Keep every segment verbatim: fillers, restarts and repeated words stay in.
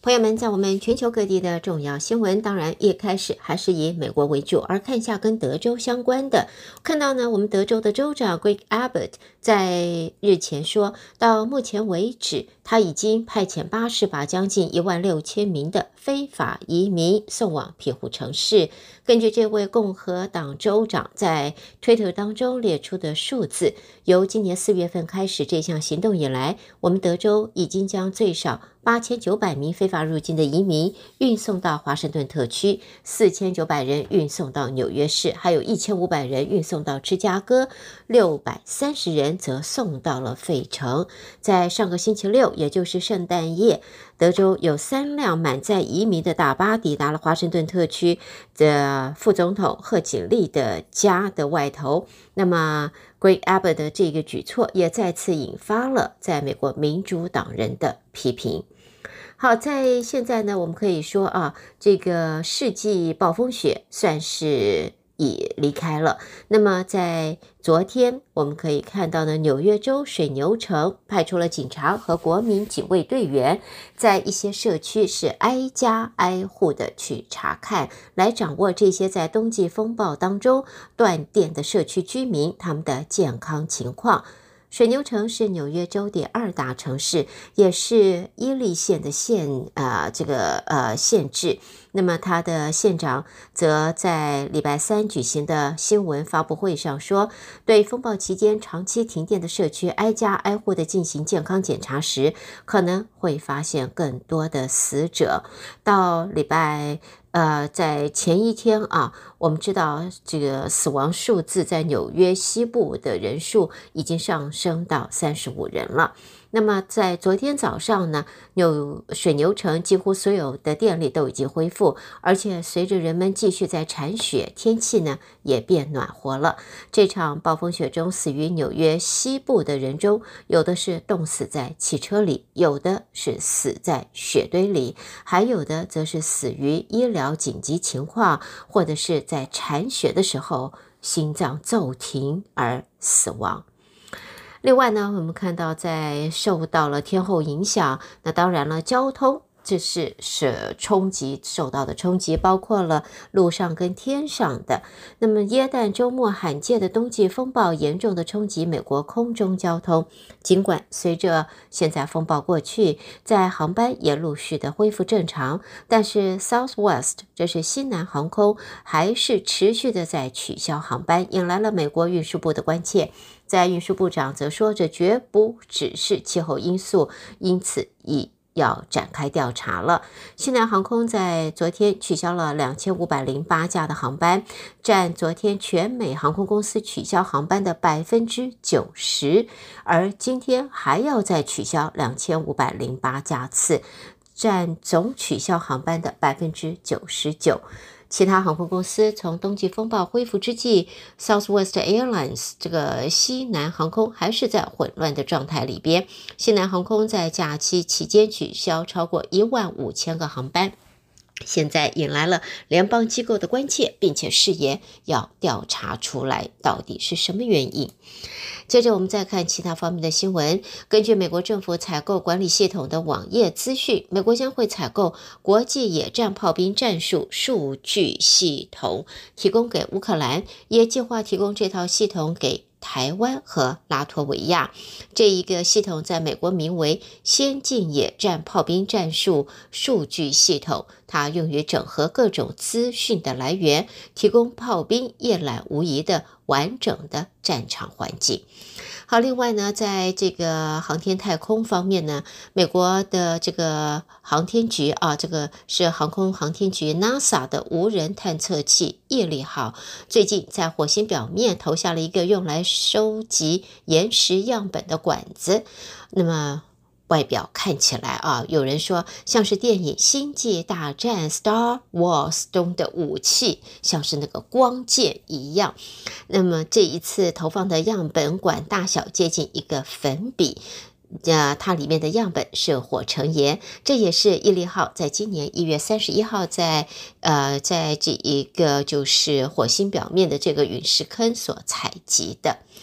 朋友们，在我们全球各地的重要新闻，当然一开始还是以美国为主，而看一下跟德州相关的。看到呢，我们德州的州长 Greg Abbott 在日前说，到目前为止，他已经派遣巴士把将近一万六千名的非法移民送往庇护城市。根据这位共和党州长在推特当中列出的数字，由今年四月份开始这项行动以来，我们德州已经将最少八千九百名非法入境的移民运送到华盛顿特区，四千九百人运送到纽约市，还有一千五百人运送到芝加哥，六百三十人则送到了费城。在上个星期六，也就是圣诞夜，德州有三辆满载移民的大巴抵达了华盛顿特区的副总统贺锦丽的家的外头。那么 Greg Abbott 的这个举措也再次引发了在美国民主党人的批评。好，在现在呢，我们可以说啊，这个世纪暴风雪算是已离开了。那么在昨天我们可以看到呢，纽约州水牛城派出了警察和国民警卫队员，在一些社区是挨家挨户的去查看，来掌握这些在冬季风暴当中断电的社区居民他们的健康情况。水牛城是纽约州第二大城市，也是伊利县的县呃这个呃县治。那么他的县长则在礼拜三举行的新闻发布会上说，对风暴期间长期停电的社区挨家挨户的进行健康检查时，可能会发现更多的死者。到礼拜呃，在前一天啊，我们知道这个死亡数字在纽约西部的人数已经上升到三十五人了。那么在昨天早上呢，纽水牛城几乎所有的电力都已经恢复，而且随着人们继续在铲雪，天气呢也变暖和了。这场暴风雪中死于纽约西部的人中，有的是冻死在汽车里，有的是死在雪堆里，还有的则是死于医疗紧急情况，或者是在铲雪的时候心脏骤停而死亡。另外呢，我们看到在受到了天候影响，那当然了，交通这是是冲击受到的冲击，包括了路上跟天上的。那么耶诞周末罕见的冬季风暴严重的冲击美国空中交通，尽管随着现在风暴过去，在航班也陆续的恢复正常，但是 Southwest 这是西南航空还是持续的在取消航班，引来了美国运输部的关切。在运输部长则说，这绝不只是气候因素，因此已要展开调查了。西南航空在昨天取消了两千五百零八架的航班，占昨天全美航空公司取消航班的 百分之九十， 而今天还要再取消两千五百零八架次，占总取消航班的 百分之九十九。其他航空公司从冬季风暴恢复之际， Southwest Airlines 这个西南航空还是在混乱的状态里边。西南航空在假期期间取消超过一万五千个航班，现在引来了联邦机构的关切，并且誓言要调查出来到底是什么原因。接着我们再看其他方面的新闻。根据美国政府采购管理系统的网页资讯，美国将会采购国际野战炮兵战术数据系统，提供给乌克兰，也计划提供这套系统给台湾和拉脱维亚。这一个系统在美国名为先进野战炮兵战术数据系统，它用于整合各种资讯的来源，提供炮兵一览无遗的完整的战场环境。好，另外呢，在这个航天太空方面呢，美国的这个航天局啊，这个是航空航天局 NASA 的无人探测器毅力号，最近在火星表面投下了一个用来收集岩石样本的管子。那么外表看起来啊，有人说像是电影《星际大战》 Star Wars 中的武器，像是那个光剑一样。那么这一次投放的样本管大小接近一个粉笔，呃，它里面的样本是火成岩，这也是毅力号在今年一月三十一号在呃在这一个就是火星表面的这个陨石坑所采集的。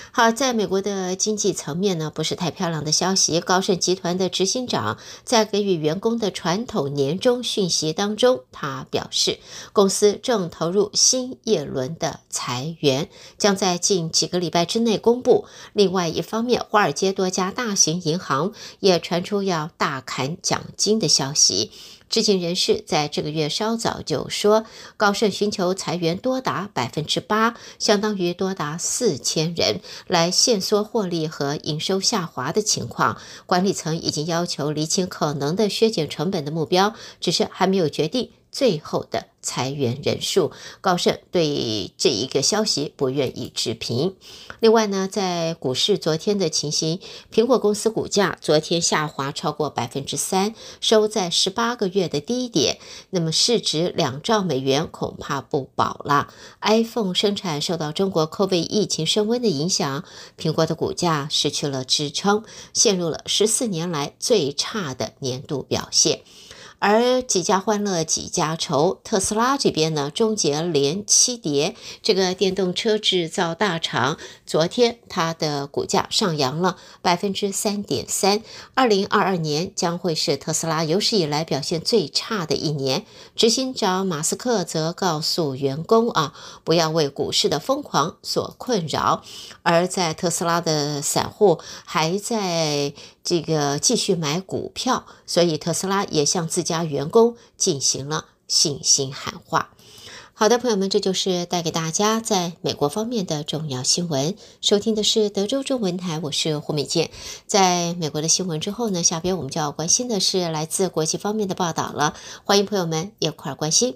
好，在美国的经济层面呢，不是太漂亮的消息。高盛集团的执行长在给予员工的传统年终讯息当中，他表示，公司正投入新一轮的裁员，将在近几个礼拜之内公布。另外一方面，华尔街多家大型银行也传出要大砍奖金的消息。知情人士在这个月稍早就说，高盛寻求裁员多达百分之八，相当于多达四千人，来限缩获利和营收下滑的情况。管理层已经要求厘清可能的削减成本的目标，只是还没有决定最后的裁员人数。高盛对这一个消息不愿意置评。另外呢，在股市昨天的情形，苹果公司股价昨天下滑超过百分之三，收在十八个月的低点。那么市值两兆美元恐怕不保了。iPhone 生产受到中国 COVID 疫情升温的影响，苹果的股价失去了支撑，陷入了十四年来最差的年度表现。而几家欢乐几家愁，特斯拉这边呢，终结连七跌。这个电动车制造大厂昨天它的股价上扬了 百分之三点三， 二零二二年将会是特斯拉有史以来表现最差的一年。执行长马斯克则告诉员工啊，不要为股市的疯狂所困扰。而在特斯拉的散户还在这个继续买股票，所以特斯拉也向自家员工进行了信心喊话。好的，朋友们，这就是带给大家在美国方面的重要新闻。收听的是德州中文台，我是胡美健。在美国的新闻之后呢，下边我们就要关心的是来自国际方面的报道了，欢迎朋友们一块儿关心。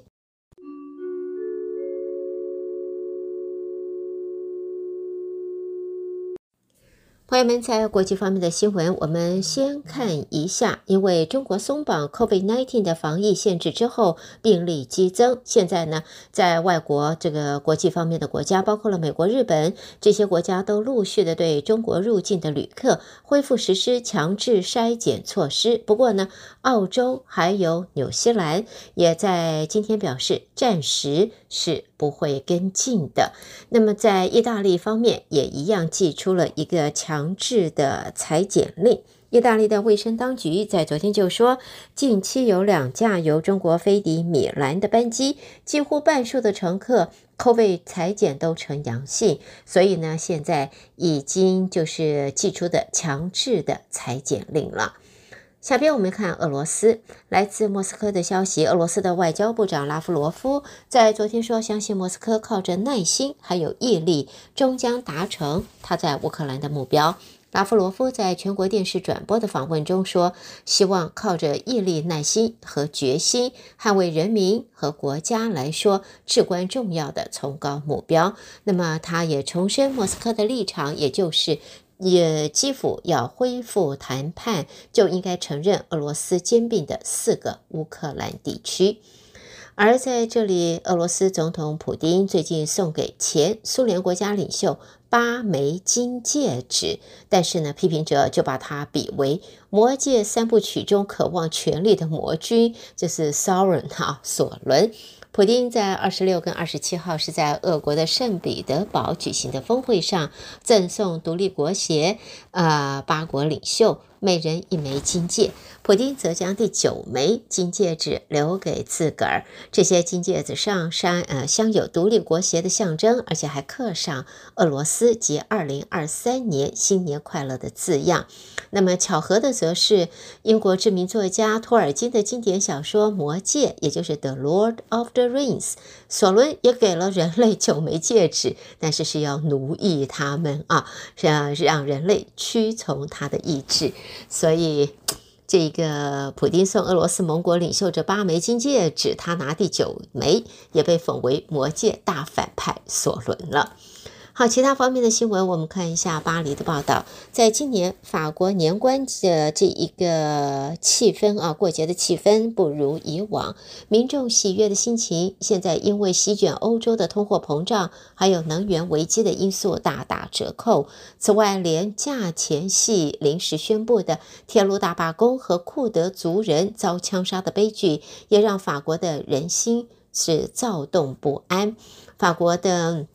朋友们，在国际方面的新闻，我们先看一下，因为中国松绑 COVID 十九 的防疫限制之后，病例激增。现在呢，在外国这个国际方面的国家，包括了美国、日本，这些国家都陆续的对中国入境的旅客恢复实施强制筛检措施。不过呢，澳洲还有纽西兰也在今天表示，暂时是不会跟进的。那么在意大利方面也一样寄出了一个强制的裁剪令。意大利的卫生当局在昨天就说，近期有两架由中国飞抵米兰的班机，几乎半数的乘客 COVID 裁剪都呈阳性，所以呢，现在已经就是寄出的强制的裁剪令了。下边我们看俄罗斯，来自莫斯科的消息，俄罗斯的外交部长拉夫罗夫在昨天说，相信莫斯科靠着耐心还有毅力，终将达成他在乌克兰的目标。拉夫罗夫在全国电视转播的访问中说，希望靠着毅力、耐心和决心，捍卫人民和国家来说至关重要的崇高目标。那么他也重申莫斯科的立场，也就是也基辅要恢复谈判，就应该承认俄罗斯兼并的四个乌克兰地区。而在这里，俄罗斯总统普丁最近送给前苏联国家领袖八枚金戒指，但是呢，批评者就把它比为魔戒三部曲中渴望权力的魔君，就是 Sauron 哈索伦。普丁在二十六跟二十七号是在俄国的圣彼得堡举行的峰会上赠送独立国协呃八国领袖每人一枚金戒，普丁则将第九枚金戒指留给自个儿。这些金戒指上镶呃镶有独立国协的象征，而且还刻上俄罗斯及二零二三年新年快乐的字样。那么巧合的则是英国知名作家托尔金的经典小说《魔戒》，也就是 The Lord of the Rings， 索伦也给了人类九枚戒指，但是是要奴役他们啊，是要让人类屈从他的意志。所以这个普丁送俄罗斯盟国领袖这八枚金戒指，他拿第九枚，也被封为魔戒大反派索伦了。好，其他方面的新闻，我们看一下巴黎的报道。在今年法国年关的这一个气氛啊，过节的气氛不如以往，民众喜悦的心情现在因为席卷欧洲的通货膨胀还有能源危机的因素大打折扣。此外，连价钱系临时宣布的铁路大罢工和库德族人遭枪杀的悲剧，也让法国的人心是躁动不安。法国的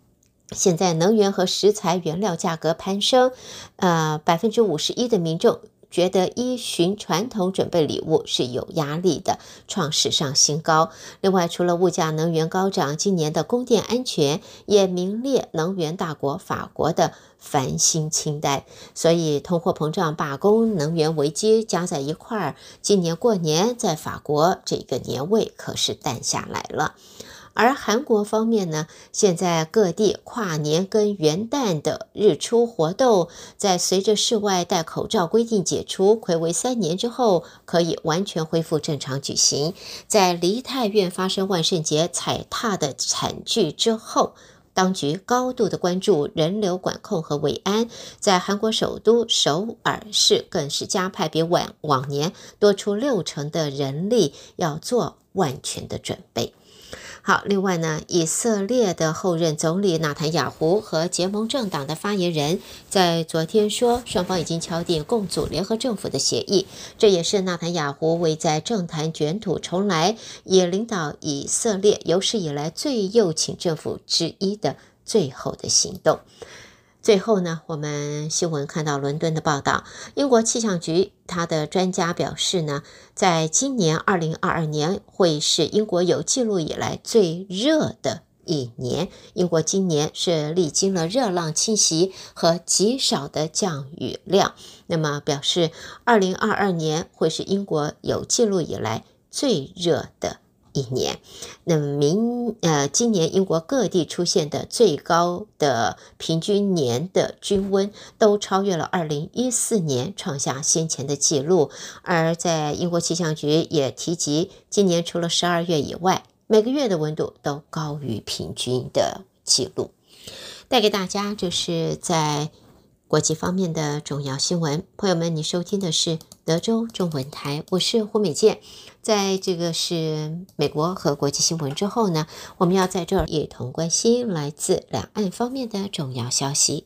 现在能源和食材原料价格攀升，呃，百分之五十一的民众觉得依循传统准备礼物是有压力的，创史上新高。另外，除了物价能源高涨，今年的供电安全也名列能源大国法国的烦心清单。所以，通货膨胀、罢工、能源危机加在一块儿，今年过年在法国这个年味可是淡下来了。而韩国方面呢，现在各地跨年跟元旦的日出活动，在随着室外戴口罩规定解除，睽违三年之后，可以完全恢复正常举行。在梨泰院发生万圣节踩踏的惨剧之后，当局高度的关注人流管控和维安，在韩国首都首尔市更是加派比往往年多出六成的人力，要做万全的准备。好，另外呢，以色列的后任总理纳坦雅胡和结盟政党的发言人在昨天说，双方已经敲定共组联合政府的协议，这也是纳坦雅胡为在政坛卷土重来，也领导以色列有史以来最右倾政府之一的最后的行动。最后呢，我们新闻看到伦敦的报道，英国气象局他的专家表示呢，在今年二零二二年会是英国有记录以来最热的一年。英国今年是历经了热浪侵袭和极少的降雨量，那么表示二零二二年会是英国有记录以来最热的一年。那么明呃，今年英国各地出现的最高的平均年的均温都超越了二零一四年，创下先前的记录。而在英国气象局也提及，今年除了十二月以外，每个月的温度都高于平均的记录。带给大家就是在国际方面的重要新闻。朋友们，你收听的是德州中文台，我是胡美健。在这个是美国和国际新闻之后呢，我们要在这儿一同关心来自两岸方面的重要消息。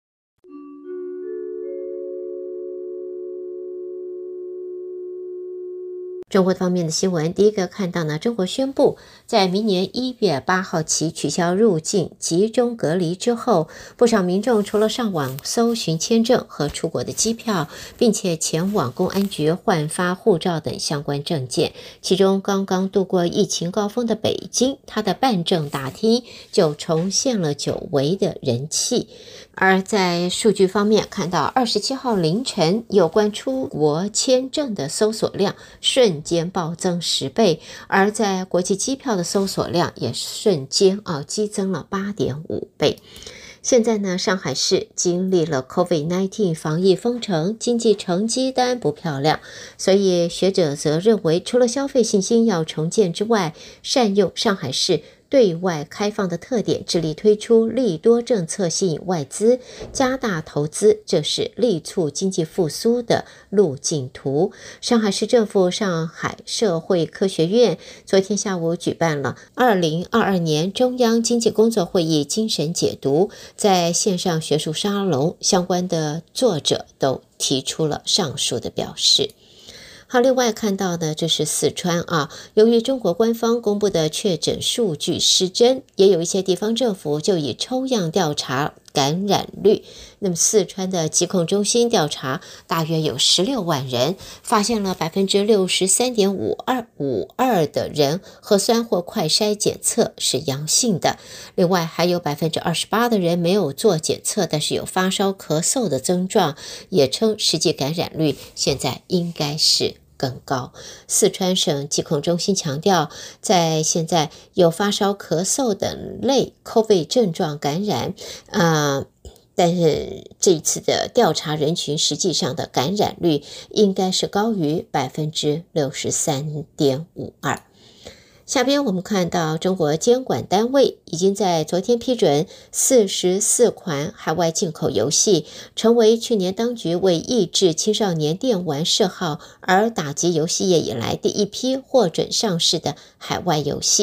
中国方面的新闻，第一个看到呢，中国宣布在明年一月八号起取消入境集中隔离之后，不少民众除了上网搜寻签证和出国的机票，并且前往公安局换发护照等相关证件。其中刚刚度过疫情高峰的北京，它的办证大厅就重现了久违的人气。而在数据方面，看到二十七号凌晨有关出国签证的搜索量瞬间暴增十倍，而在国际机票的搜索量也瞬间啊激增了 八点五倍。现在呢，上海市经历了 COVID 十九 防疫封城，经济成绩单不漂亮，所以学者则认为，除了消费信心要重建之外，善用上海市对外开放的特点，致力推出利多政策，吸引外资加大投资，这是力促经济复苏的路径图。上海市政府上海社会科学院昨天下午举办了二零二二年中央经济工作会议精神解读，在线上学术沙龙，相关的作者都提出了上述的表示。好，另外看到的这是四川啊，由于中国官方公布的确诊数据失真，也有一些地方政府就以抽样调查感染率。那么四川的疾控中心调查大约有十六万人，发现了 百分之六十三点五二 五二 的人核酸或快筛检测是阳性的。另外还有 百分之二十八 的人没有做检测，但是有发烧咳嗽的症状，也称实际感染率现在应该是更高。四川省疾控中心强调，在现在有发烧、咳嗽等类 COVID 症状感染，呃，但是这一次的调查人群实际上的感染率应该是高于 百分之六十三点五二。下边我们看到中国监管单位已经在昨天批准四十四款海外进口游戏，成为去年当局为抑制青少年电玩嗜好而打击游戏业以来第一批获准上市的海外游戏。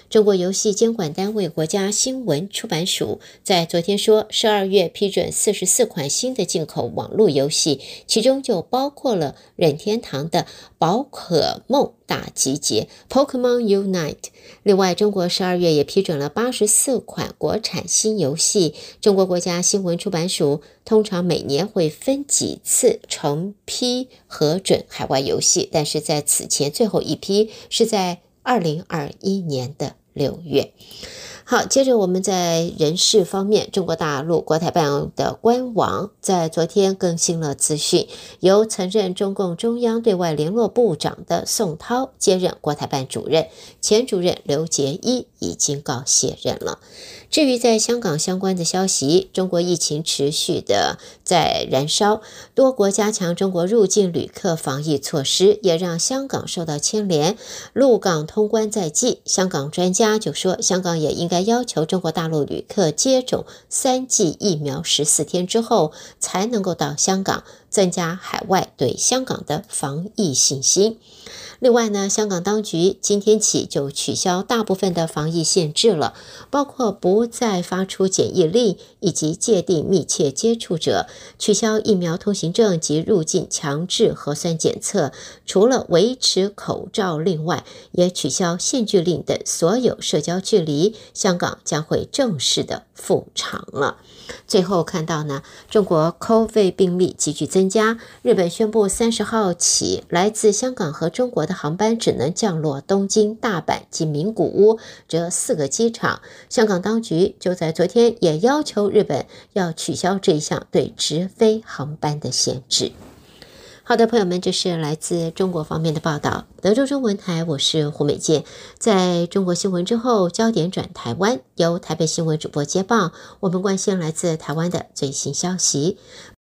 中国游戏监管单位国家新闻出版署在昨天说，十二月批准四十四款新的进口网络游戏，其中就包括了任天堂的宝可梦大集结 Pokemon Unite。 另外，中国十二月也批准了八十四款国产新游戏。中国国家新闻出版署通常每年会分几次承批核准海外游戏，但是在此前最后一批是在二零二一年的六月。好，接着我们在人事方面，中国大陆国台办的官网在昨天更新了资讯，由曾任中共中央对外联络部长的宋涛接任国台办主任，前主任刘捷一已经告卸任了。至于在香港相关的消息，中国疫情持续的在燃烧，多国加强中国入境旅客防疫措施，也让香港受到牵连。陆港通关在即，香港专家就说，香港也应该要求中国大陆旅客接种三剂疫苗十四天之后才能够到香港，增加海外对香港的防疫信心。另外呢，香港当局今天起就取消大部分的防疫限制了，包括不再发出检疫令，以及界定密切接触者，取消疫苗通行证及入境强制核酸检测。除了维持口罩令外，也取消限聚令等所有社交距离，香港将会正式的复常了。最后看到呢，中国 COVID 病例急剧增加，日本宣布三十号起，来自香港和中国的航班只能降落东京、大阪及名古屋这四个机场。香港当局就在昨天也要求日本要取消这一项对直飞航班的限制。好的，朋友们，这是来自中国方面的报道。德州中文台，我是胡美健。在中国新闻之后，焦点转台湾，由台北新闻主播接报。我们关心来自台湾的最新消息。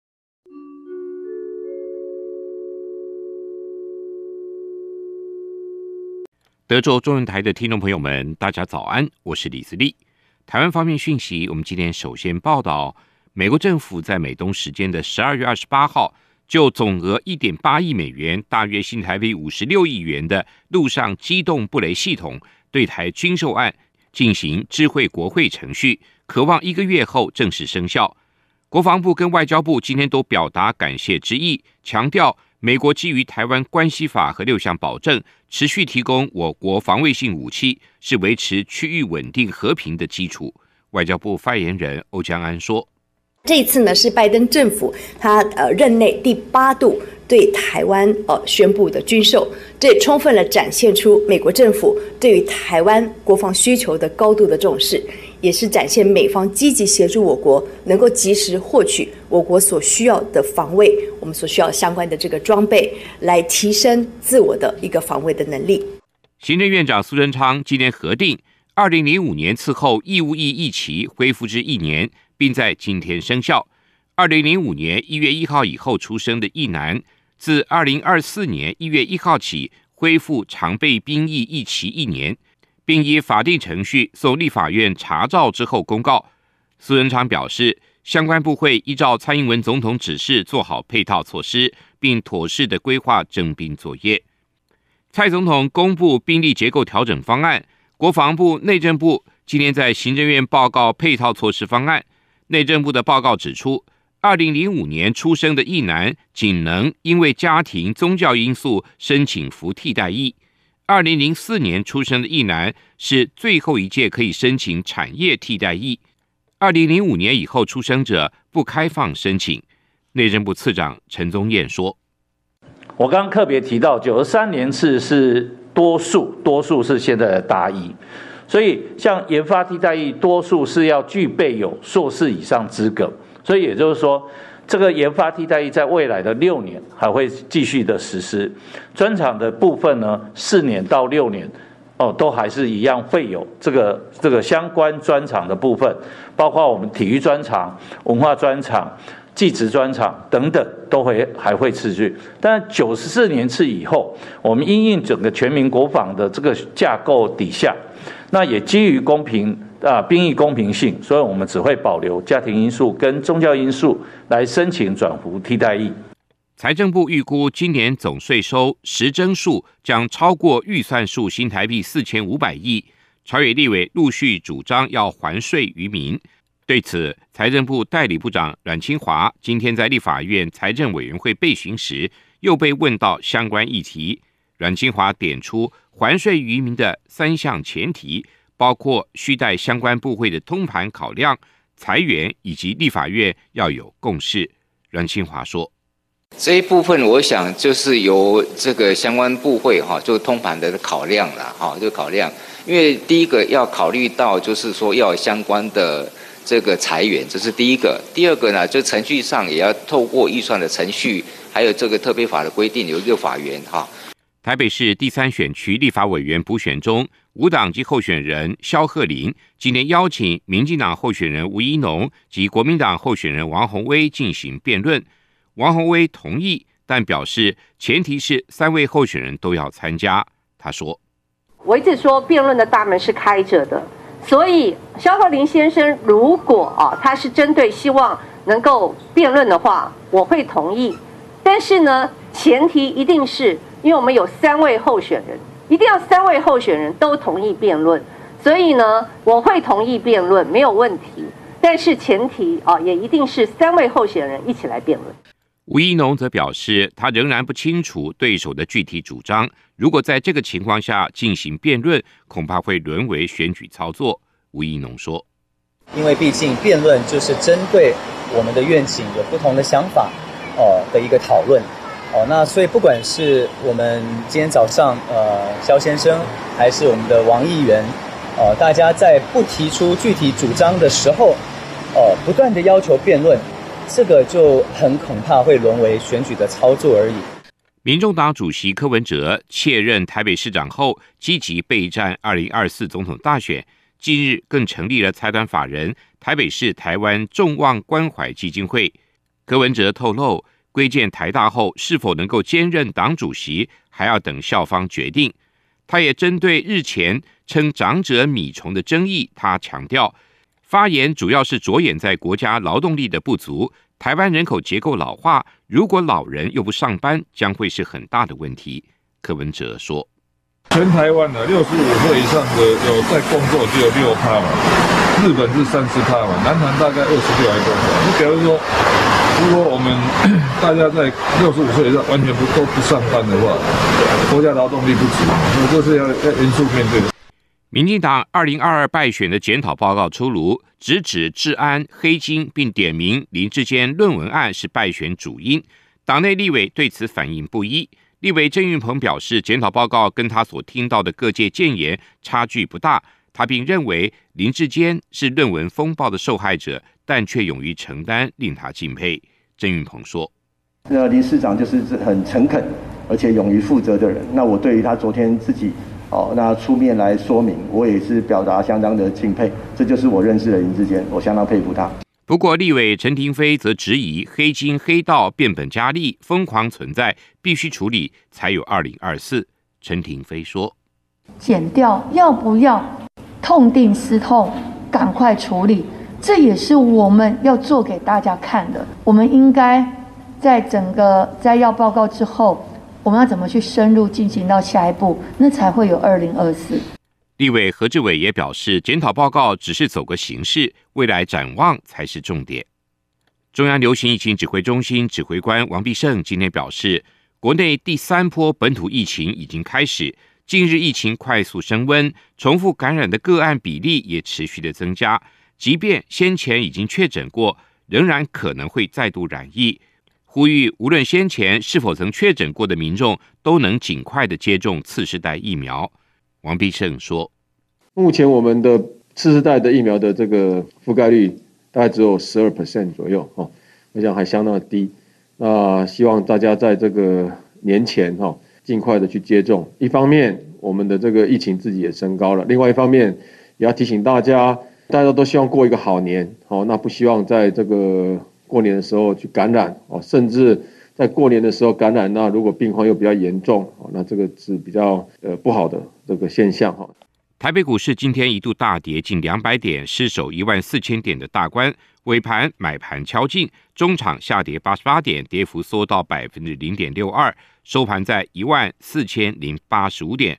德州中文台的听众朋友们，大家早安，我是李思利。台湾方面讯息，我们今天首先报道，美国政府在美东时间的十二月二十八号。就总额 一点八亿美元，大约新台币五十六亿元的陆上机动布雷系统对台军售案进行知会国会程序，可望一个月后正式生效。国防部跟外交部今天都表达感谢之意，强调美国基于台湾关系法和六项保证，持续提供我国防卫性武器，是维持区域稳定和平的基础。外交部发言人欧江安说， 这一次呢，是拜登政府他呃任内第八度对台湾呃宣布的军售，这也充分了展现出美国政府对于台湾国防需求的高度的重视，也是展现美方积极协助我国能够及时获取我国所需要的防卫，我们所需要相关的这个装备，来提升自我的一个防卫的能力。 行政院长苏贞昌今天核定，二零零五年次后义务役役期恢复至一年。并在今天生效。二零零五年一月一号以后出生的役男，自二零二四年一月一号起恢复常备兵役役期一年，并依法定程序送立法院查照之后公告。苏贞昌表示，相关部会依照蔡英文总统指示做好配套措施，并妥适的规划征兵作业。蔡总统公布兵力结构调整方案，国防部、内政部今天在行政院报告配套措施方案。内政部的报告指出，二零零五年出生的役男仅能因为家庭宗教因素申请服替代役，二零零四年出生的役男是最后一届可以申请产业替代役，二零零五年以后出生者不开放申请。内政部次长陈宗彦说， 我刚刚特别提到九十三年次是多数，多数是现在的大役，所以像研发替代役多数是要具备有硕士以上资格，所以也就是说，这个研发替代役在未来的六年还会继续的实施。专长的部分呢，四年到六年哦，都还是一样会有这个这个相关专长的部分，包括我们体育专长、文化专长、技职专长等等，都会还会持续。但九十四年次以后，我们因应整个全民国防的这个架构底下，那也基于公平啊兵役公平性，所以我们只会保留家庭因素跟宗教因素来申请转服替代役。 财政部预估今年总税收实征数将超过预算数新台币四千五百亿， 朝野立委陆续主张要还税于民。对此，财政部代理部长阮清华今天在立法院财政委员会备询时，又被问到相关议题。阮清华点出还税于民的三项前提，包括需待相关部会的通盘考量、财源以及立法院要有共识。阮清华说， 这一部分我想就是由这个相关部会哈做通盘的考量啦，哈，就考量，因为第一个要考虑到就是说要有相关的这个财源，这是第一个。第二个呢，就程序上也要透过预算的程序，还有这个特别法的规定，有一个法源哈。 台北市第三选区立法委员补选中，无党籍候选人萧鹤龄今天邀请民进党候选人吴怡农及国民党候选人王宏威进行辩论。王宏威同意，但表示前提是三位候选人都要参加。他说：“ 我一直说辩论的大门是开着的，所以萧鹤龄先生如果啊他是针对希望能够辩论的话，我会同意。但是呢，前提一定是。”因为我们有三位候选人，一定要三位候选人都同意辩论，所以呢，我会同意辩论，没有问题。但是前提啊，也一定是三位候选人一起来辩论。 吴怡农则表示，他仍然不清楚对手的具体主张，如果在这个情况下进行辩论，恐怕会沦为选举操作。吴怡农说：“ 因为毕竟辩论就是针对我们的愿景有不同的想法哦的一个讨论。”哦，那所以不管是我们今天早上呃萧先生，还是我们的王议员，呃，大家在不提出具体主张的时候，呃，不断的要求辩论，这个就很恐怕会沦为选举的操作而已。 民众党主席柯文哲卸任台北市长后，积极备战二零二四总统大选，近日更成立了财团法人台北市台湾众望关怀基金会。柯文哲透露，归建台大后是否能够兼任党主席，还要等校方决定。他也针对日前称长者米虫的争议，他强调，发言主要是着眼在国家劳动力的不足，台湾人口结构老化，如果老人又不上班，将会是很大的问题。柯文哲说， 全台湾的六十五岁以上的有在工作只有六趴嘛，日本是三十趴嘛，南韩大概二十六还多少？你假如说，如果我们大家在六十五岁以上完全不都不上班的话，国家劳动力不足，那这是要要严肃面对的。 民进党二零二二败选的检讨报告出炉，直指治安黑金，并点名林智坚论文案是败选主因。党内立委对此反应不一。立委郑运鹏表示，检讨报告跟他所听到的各界谏言差距不大。他并认为林智坚是论文风暴的受害者，但却勇于承担，令他敬佩。郑运鹏说：“ 那林市长就是很诚恳，而且勇于负责的人。那我对于他昨天自己哦，那出面来说明，我也是表达相当的敬佩。这就是我认识的林智坚，我相当佩服他。” 不过，立委陈亭妃则质疑黑金黑道变本加厉，疯狂存在，必须处理才有二零二四。陈亭妃说：“ 检调要不要痛定思痛，赶快处理，这也是我们要做给大家看的。我们应该在整个摘要报告之后，我们要怎么去深入进行到下一步，那才会有二零二四。” 立委何志伟也表示，检讨报告只是走个形式，未来展望才是重点。中央流行疫情指挥中心指挥官王必胜今天表示，国内第三波本土疫情已经开始，近日疫情快速升温，重复感染的个案比例也持续的增加，即便先前已经确诊过，仍然可能会再度染疫。呼吁无论先前是否曾确诊过的民众，都能尽快的接种次世代疫苗。王必胜说， 目前我们的次世代的疫苗的这个覆盖率大概只有 百分之十二 左右，我想还相当的低。那希望大家在这个年前尽快的去接种。一方面我们的这个疫情自己也升高了，另外一方面也要提醒大家，大家都希望过一个好年，那不希望在这个过年的时候去感染，甚至在过年的时候感染，那如果病况又比较严重，那这个是比较呃不好的这个现象哈。 台北股市今天一度大跌近两百点，失守一万四千点的大关，尾盘买盘敲进，中场下跌八十八点，跌幅缩到百分之零点六二，收盘在一万四千零八十五点。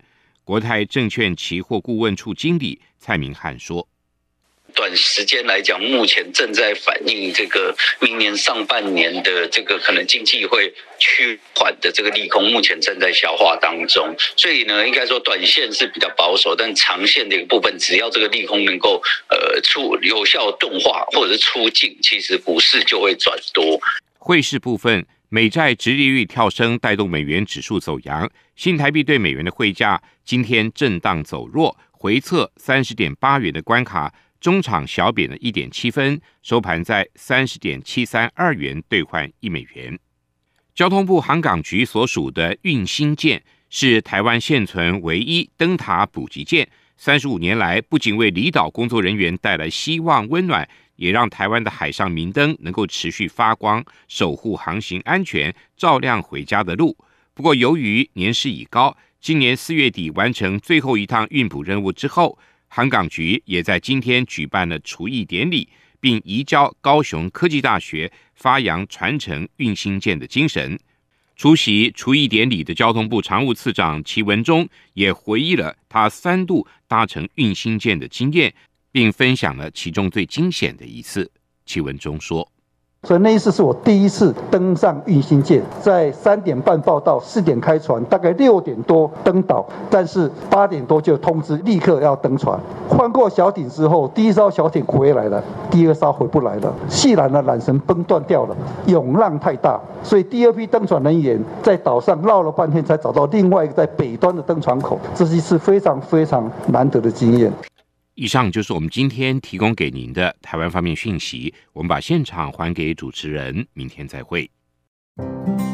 国泰证券期货顾问处经理蔡明汉说。 短时间来讲，目前正在反映这个明年上半年的这个可能经济会趋缓的这个利空，目前正在消化当中。所以呢，应该说短线是比较保守，但长线的一个部分，只要这个利空能够呃出有效钝化或者是出尽，其实股市就会转多。 汇市部分，美债殖利率跳升，带动美元指数走扬，新台币对美元的汇价今天震荡走弱，回测 三十点八 元的关卡。中场小贬了 一点七 分，收盘在 三十点七三二 元兑换一美元。交通部航港局所属的运星舰是台湾现存唯一灯塔补给舰，三十五年来不仅为离岛工作人员带来希望温暖，也让台湾的海上明灯能够持续发光，守护航行安全，照亮回家的路。不过由于年事已高，今年四月底完成最后一趟运补任务之后，航港局也在今天举办了除役典礼，并移交高雄科技大学，发扬传承运星舰的精神。出席除役典礼的交通部常务次长齐文忠也回忆了他三度搭乘运星舰的经验，并分享了其中最惊险的一次。齐文忠说， 所以那一次是我第一次登上运星舰，在三点半报到，四点开船，大概六点多登岛，但是八点多就通知立刻要登船。换过小艇之后，第一艘小艇回来了，第二艘回不来了，细缆的缆绳崩断掉了，涌浪太大，所以第二批登船人员在岛上绕了半天才找到另外一个在北端的登船口，这是一次非常非常难得的经验。 以上就是我们今天提供给您的台湾方面讯息，我们把现场还给主持人，明天再会。